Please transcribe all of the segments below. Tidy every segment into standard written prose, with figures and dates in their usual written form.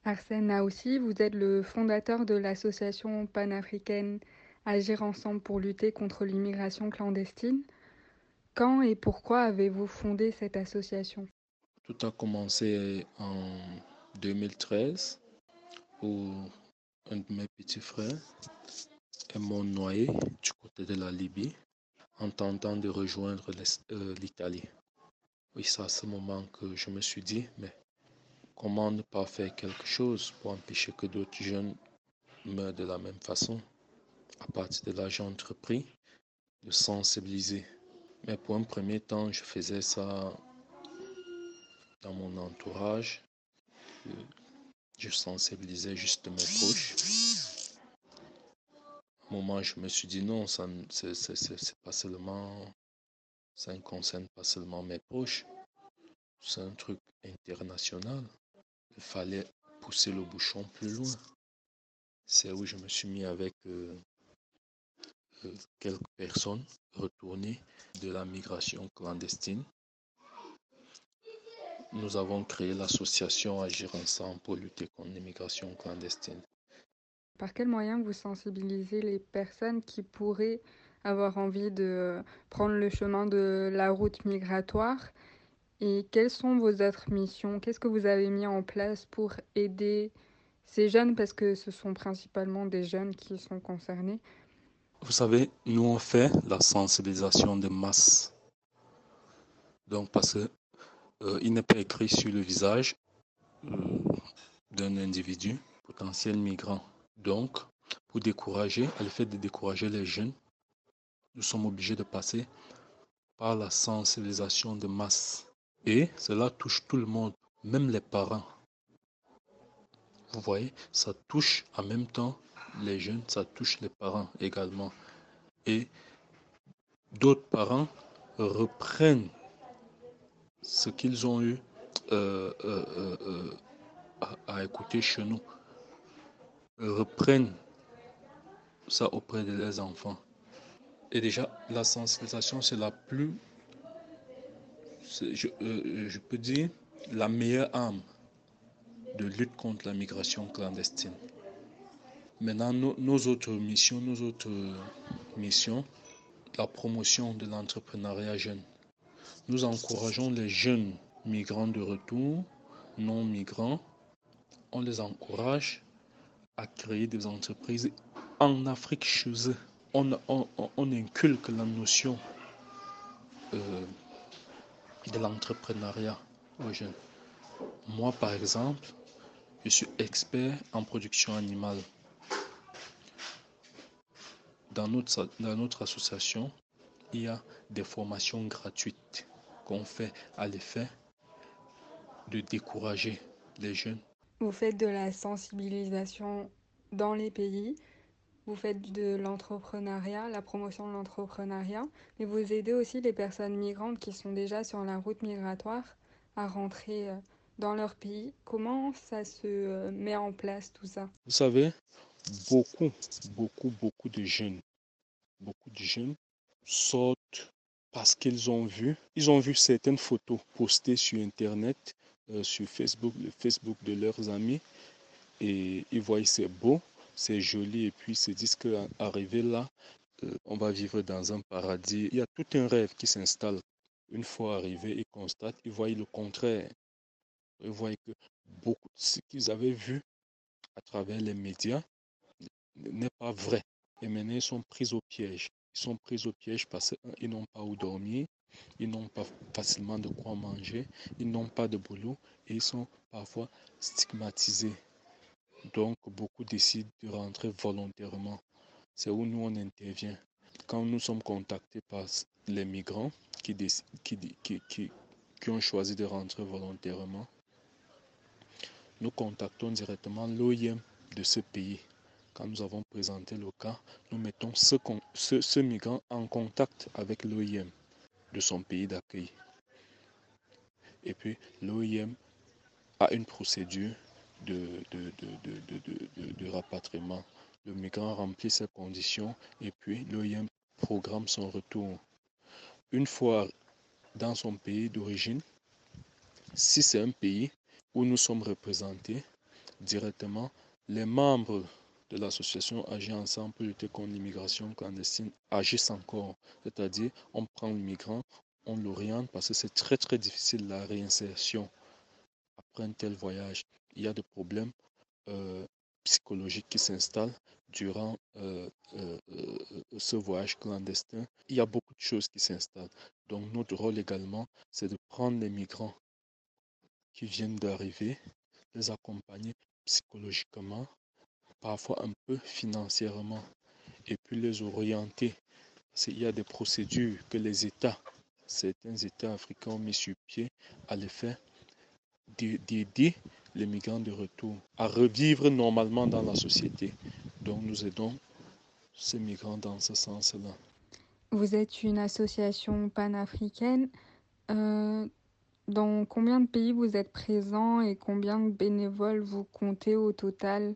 Arsène Naoussi, vous êtes le fondateur de l'association panafricaine Agir ensemble pour lutter contre l'immigration clandestine. Quand et pourquoi avez-vous fondé cette association? Tout a commencé en 2013 où un de mes petits frères est mort noyé du côté de la Libye en tentant de rejoindre l'Italie. Oui, c'est à ce moment que je me suis dit, mais comment ne pas faire quelque chose pour empêcher que d'autres jeunes meurent de la même façon? À partir de là, j'ai entrepris de sensibiliser. Mais pour un premier temps, je faisais ça dans mon entourage. Euh, Je sensibilisais juste mes proches. À un moment, je me suis dit non, c'est pas seulement, ça ne concerne pas seulement mes proches, c'est un truc international. Il fallait pousser le bouchon plus loin. C'est où je me suis mis avec quelques personnes retournées de la migration clandestine. Nous avons créé l'association Agir ensemble pour lutter contre l'immigration clandestine. Par quels moyens vous sensibilisez les personnes qui pourraient avoir envie de prendre le chemin de la route migratoire? Et quelles sont vos autres missions? Qu'est-ce que vous avez mis en place pour aider ces jeunes, parce que ce sont principalement des jeunes qui sont concernés? Vous savez, nous on fait la sensibilisation de masse. Donc parce que il n'est pas écrit sur le visage euh, d'un individu potentiel migrant. Donc, pour décourager, à l'effet de décourager les jeunes, nous sommes obligés de passer par la sensibilisation de masse. Et cela touche tout le monde, même les parents. Vous voyez, ça touche en même temps les jeunes, ça touche les parents également. Et d'autres parents reprennent ce qu'ils ont eu à écouter chez nous, reprennent ça auprès de leurs enfants. Et déjà, la sensibilisation, c'est la plus, je peux dire, la meilleure arme de lutte contre la migration clandestine. Maintenant, nos autres missions, la promotion de l'entrepreneuriat jeune. Nous encourageons les jeunes migrants de retour, non migrants, on les encourage à créer des entreprises en Afrique chez eux. On inculque la notion euh, de l'entrepreneuriat aux jeunes. Moi, par exemple, je suis expert en production animale. Dans notre association, il y a des formations gratuites qu'on fait à l'effet de décourager les jeunes. Vous faites de la sensibilisation dans les pays, vous faites de l'entrepreneuriat, la promotion de l'entrepreneuriat, mais vous aidez aussi les personnes migrantes qui sont déjà sur la route migratoire à rentrer dans leur pays. Comment ça se met en place tout ça? Vous savez, beaucoup, beaucoup de jeunes sortent parce ils ont vu certaines photos postées sur Internet, sur Facebook, le Facebook de leurs amis, et ils voient c'est beau, c'est joli, et puis ils se disent qu'arrivé là, on va vivre dans un paradis. Il y a tout un rêve qui s'installe. Une fois arrivé, ils voient le contraire. Ils voient que beaucoup de ce qu'ils avaient vu à travers les médias n'est pas vrai. Et maintenant, ils sont pris au piège. Ils sont pris au piège parce qu'ils n'ont pas où dormir, ils n'ont pas facilement de quoi manger, ils n'ont pas de boulot et ils sont parfois stigmatisés. Donc, beaucoup décident de rentrer volontairement. C'est où nous, on intervient. Quand nous sommes contactés par les migrants qui ont choisi de rentrer volontairement, nous contactons directement l'OIM de ce pays. Quand nous avons présenté le cas, nous mettons ce migrant en contact avec l'OIM de son pays d'accueil. Et puis l'OIM a une procédure de rapatriement. Le migrant remplit ses conditions et puis l'OIM programme son retour. Une fois dans son pays d'origine, si c'est un pays où nous sommes représentés, directement. Les membres de l'association Agir ensemble pour lutter contre l'immigration clandestine agissent encore. C'est-à-dire, on prend le migrant, on l'oriente parce que c'est très très difficile la réinsertion après un tel voyage. Il y a des problèmes psychologiques qui s'installent durant ce voyage clandestin. Il y a beaucoup de choses qui s'installent. Donc notre rôle également, c'est de prendre les migrants qui viennent d'arriver, les accompagner psychologiquement, parfois un peu financièrement, et puis les orienter. Il y a des procédures que certains États africains ont mis sur pied à l'effet d'aider les migrants de retour à revivre normalement dans la société. Donc nous aidons ces migrants dans ce sens-là. Vous êtes une association panafricaine. Euh, dans combien de pays vous êtes présent et combien de bénévoles vous comptez au total?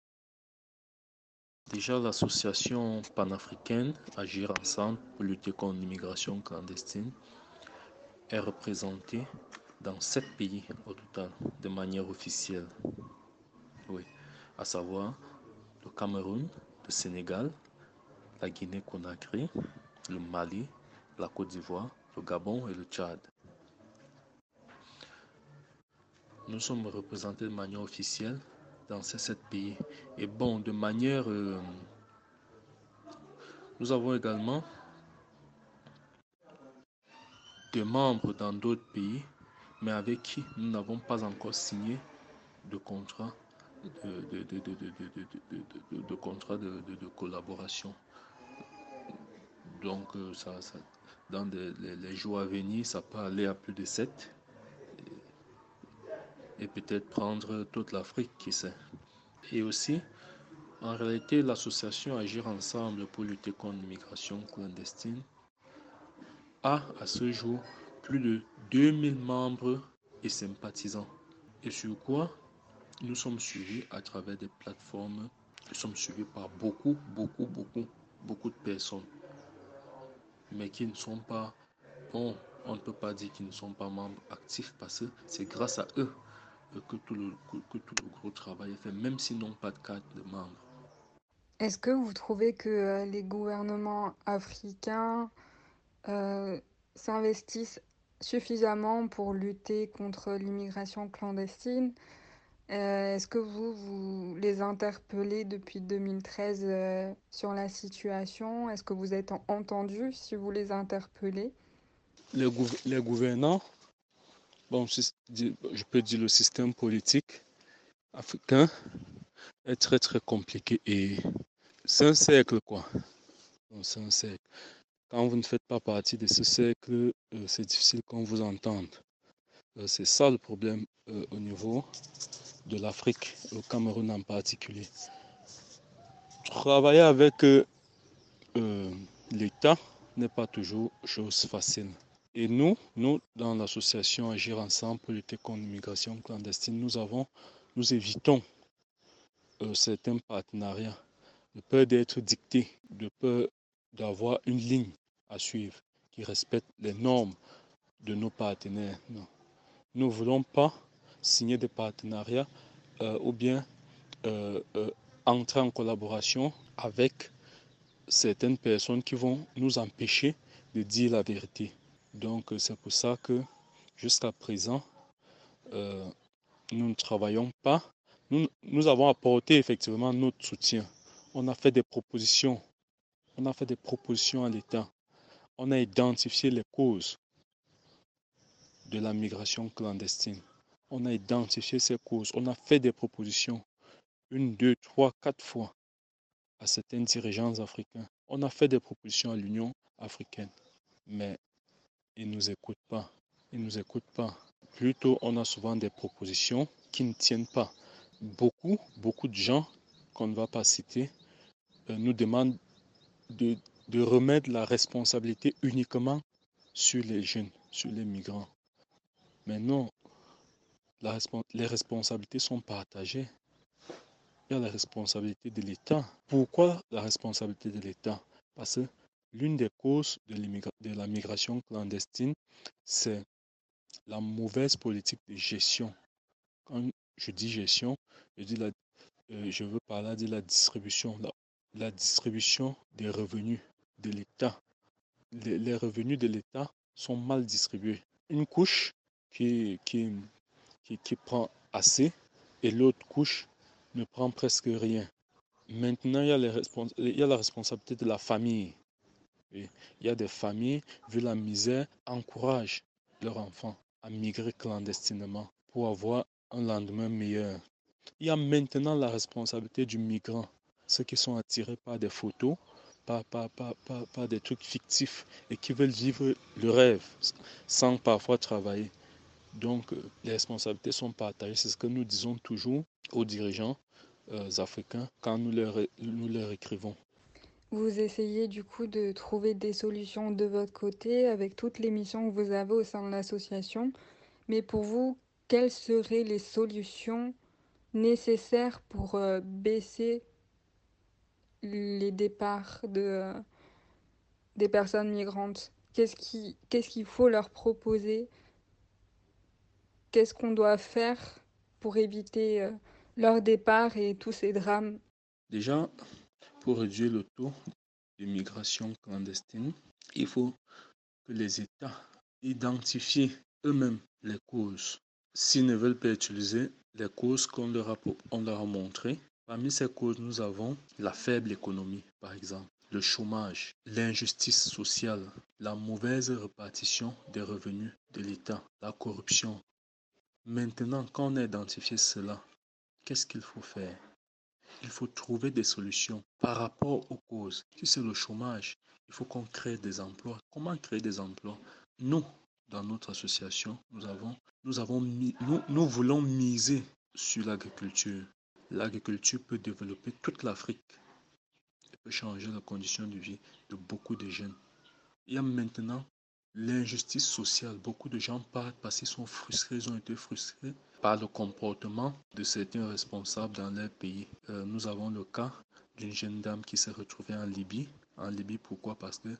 Déjà, l'association panafricaine Agir ensemble pour lutter contre l'immigration clandestine est représentée dans 7 pays au total, de manière officielle. Oui, à savoir le Cameroun, le Sénégal, la Guinée-Conakry, le Mali, la Côte d'Ivoire, le Gabon et le Tchad. Nous sommes représentés de manière officielle dans ces 7 pays. Et bon, de manière... nous avons également des membres dans d'autres pays, mais avec qui nous n'avons pas encore signé de contrat de contrat de collaboration. Donc, dans les jours à venir, ça peut aller à plus de 7 et peut-être prendre toute l'Afrique, qui sait. Et aussi, en réalité, l'association Agir ensemble pour lutter contre l'immigration clandestine a à ce jour plus de 2000 membres et sympathisants. Et sur quoi nous sommes suivis à travers des plateformes. Nous sommes suivis par beaucoup de personnes, mais qui ne sont pas, bon, on ne peut pas dire qu'ils ne sont pas membres actifs parce que c'est grâce à eux que tout le gros travail est fait, même s'ils n'ont pas de carte de membre. Est-ce que vous trouvez que les gouvernements africains euh, s'investissent suffisamment pour lutter contre l'immigration clandestine? Est-ce que vous les interpellez depuis 2013 sur la situation? Est-ce que vous êtes entendu si vous les interpellez? Les gouvernants, bon, je peux dire le système politique africain est très très compliqué et c'est un cercle quoi. C'est un cercle. Quand vous ne faites pas partie de ce cercle, c'est difficile qu'on vous entende. C'est ça le problème au niveau de l'Afrique, au Cameroun en particulier. Travailler avec l'État n'est pas toujours chose facile. Et nous, dans l'association Agir ensemble pour lutter contre l'immigration clandestine, nous évitons certains partenariats de peur d'être dictés, de peur d'avoir une ligne à suivre qui respecte les normes de nos partenaires. Non. Nous ne voulons pas signer des partenariats ou bien entrer en collaboration avec certaines personnes qui vont nous empêcher de dire la vérité. Donc c'est pour ça que jusqu'à présent, nous ne travaillons pas. Nous avons apporté effectivement notre soutien. On a fait des propositions. On a fait des propositions à l'État. On a identifié les causes de la migration clandestine. On a identifié ces causes. On a fait des propositions 1, 2, 3, 4 fois à certains dirigeants africains. On a fait des propositions à l'Union africaine, mais ils ne nous écoutent pas. Ils ne nous écoutent pas. Plutôt, on a souvent des propositions qui ne tiennent pas. Beaucoup de gens qu'on ne va pas citer nous demandent de remettre la responsabilité uniquement sur les jeunes, sur les migrants. Mais non, les responsabilités sont partagées. Il y a la responsabilité de l'État. Pourquoi la responsabilité de l'État? Parce que l'une des causes de la migration clandestine, c'est la mauvaise politique de gestion. Quand je dis gestion, je dis je veux parler de la distribution, la distribution des revenus de l'État. Les revenus de l'État sont mal distribués. Une couche qui prend assez et l'autre couche ne prend presque rien. Maintenant, il y a la responsabilité de la famille. Et il y a des familles, vu la misère, encouragent leurs enfants à migrer clandestinement pour avoir un lendemain meilleur. Il y a maintenant la responsabilité du migrant, ceux qui sont attirés par des photos, par des trucs fictifs et qui veulent vivre le rêve sans parfois travailler. Donc, les responsabilités sont partagées. C'est ce que nous disons toujours aux dirigeants africains quand nous leur écrivons. Vous essayez du coup de trouver des solutions de votre côté avec toutes les missions que vous avez au sein de l'association. Mais pour vous, quelles seraient les solutions nécessaires pour baisser les départs des personnes migrantes? Qu'est-ce qu'il faut leur proposer? Qu'est-ce qu'on doit faire pour éviter leur départ et tous ces drames? Déjà, pour réduire le taux d'immigration clandestine, il faut que les États identifient eux-mêmes les causes. S'ils ne veulent pas utiliser les causes on leur a montrées, parmi ces causes, nous avons la faible économie, par exemple, le chômage, l'injustice sociale, la mauvaise répartition des revenus de l'État, la corruption. Maintenant, quand on a identifié cela, qu'est-ce qu'il faut faire? Il faut trouver des solutions par rapport aux causes. Si c'est le chômage, il faut qu'on crée des emplois. Comment créer des emplois? Nous, dans notre association, nous voulons miser sur l'agriculture. L'agriculture peut développer toute l'Afrique et peut changer la condition de vie de beaucoup de jeunes. Il y a maintenant l'injustice sociale. Beaucoup de gens partent parce qu'ils sont frustrés, ils ont été frustrés par le comportement de certains responsables dans leur pays. Nous avons le cas d'une jeune dame qui s'est retrouvée en Libye. En Libye, pourquoi? Parce que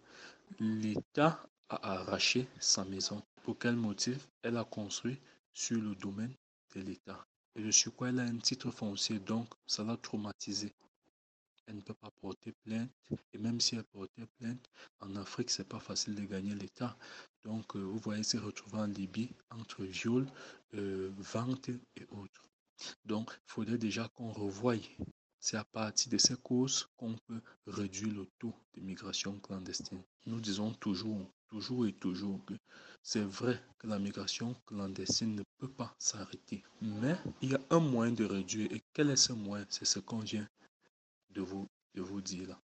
l'État a arraché sa maison. Pour quel motif? Elle a construit sur le domaine de l'État. Et de surcroît, elle a un titre foncier, donc ça l'a traumatisée. Elle ne peut pas porter plainte. Et même si elle portait plainte, en Afrique, c'est pas facile de gagner l'État. Donc, vous voyez, se retrouver en Libye entre viol, vente et autres. Donc, il faudrait déjà qu'on revoie. C'est à partir de ces causes qu'on peut réduire le taux d'immigration clandestine. Nous disons toujours et toujours que c'est vrai que la migration clandestine ne peut pas s'arrêter. Mais il y a un moyen de réduire. Et quel est ce moyen? C'est ce qu'on vient de vous dire là.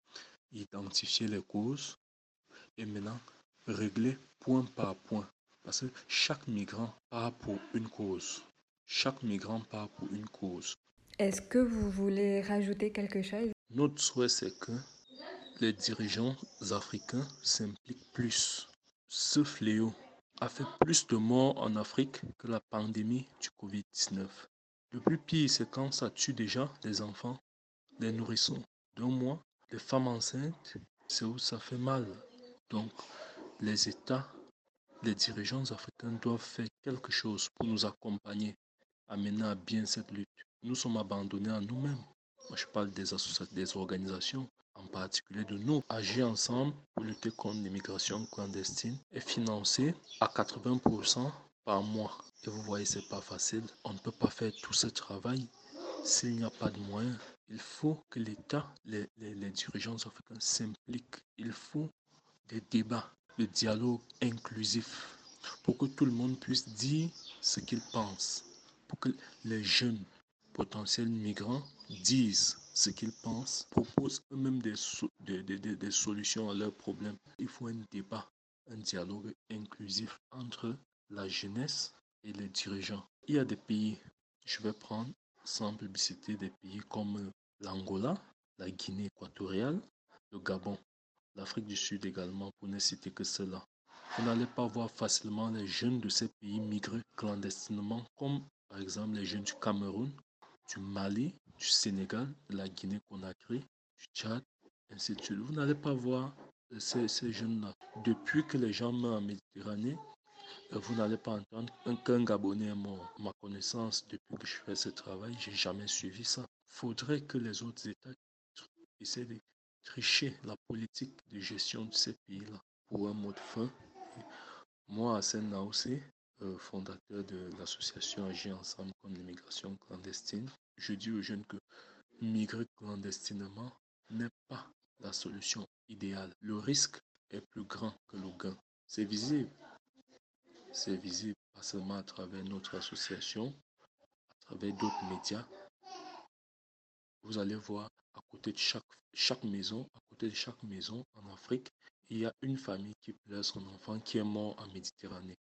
Identifier les causes et maintenant régler point par point. Parce que chaque migrant part pour une cause. Chaque migrant part pour une cause. Est-ce que vous voulez rajouter quelque chose? Notre souhait, c'est que les dirigeants africains s'impliquent plus. Ce fléau a fait plus de morts en Afrique que la pandémie du Covid-19. Le plus pire, c'est quand ça tue déjà les enfants, les nourrissons. 2 mois, les femmes enceintes, c'est où ça fait mal. Donc, les États, les dirigeants africains doivent faire quelque chose pour nous accompagner à mener à bien cette lutte. Nous sommes abandonnés à nous-mêmes. Moi, je parle des associations, des organisations, en particulier de nous. Agir ensemble pour lutter contre l'immigration clandestine et financer à 80% par mois. Et vous voyez, c'est pas facile. On ne peut pas faire tout ce travail s'il n'y a pas de moyens. Il faut que l'État, les dirigeants africains s'impliquent. Il faut des débats, le dialogue inclusif pour que tout le monde puisse dire ce qu'il pense, pour que les jeunes potentiels migrants disent ce qu'ils pensent, proposent eux-mêmes des solutions à leurs problèmes. Il faut un débat, un dialogue inclusif entre la jeunesse et les dirigeants. Il y a des pays, je vais prendre sans publicité, des pays comme l'Angola, la Guinée équatoriale, le Gabon, l'Afrique du Sud également, pour ne citer que cela. Vous n'allez pas voir facilement les jeunes de ces pays migrer clandestinement, comme par exemple les jeunes du Cameroun, du Mali, du Sénégal, de la Guinée-Conakry, du Tchad, ainsi de suite. Vous n'allez pas voir ces jeunes-là. Depuis que les gens meurent en Méditerranée, Vous n'allez pas entendre qu'un Gabonais est mort. Ma connaissance, depuis que je fais ce travail, j'ai jamais suivi ça. Faudrait que les autres États essaient de tricher la politique de gestion de ces pays-là pour un mot de fin. Moi, Hassan Naoussé, fondateur de l'association Agir ensemble contre l'immigration clandestine, je dis aux jeunes que migrer clandestinement n'est pas la solution idéale. Le risque est plus grand que le gain. C'est visible. C'est visible pas seulement à travers notre association, à travers d'autres médias. Vous allez voir à côté de chaque maison, à côté de chaque maison en Afrique, il y a une famille qui pleure son enfant qui est mort en Méditerranée.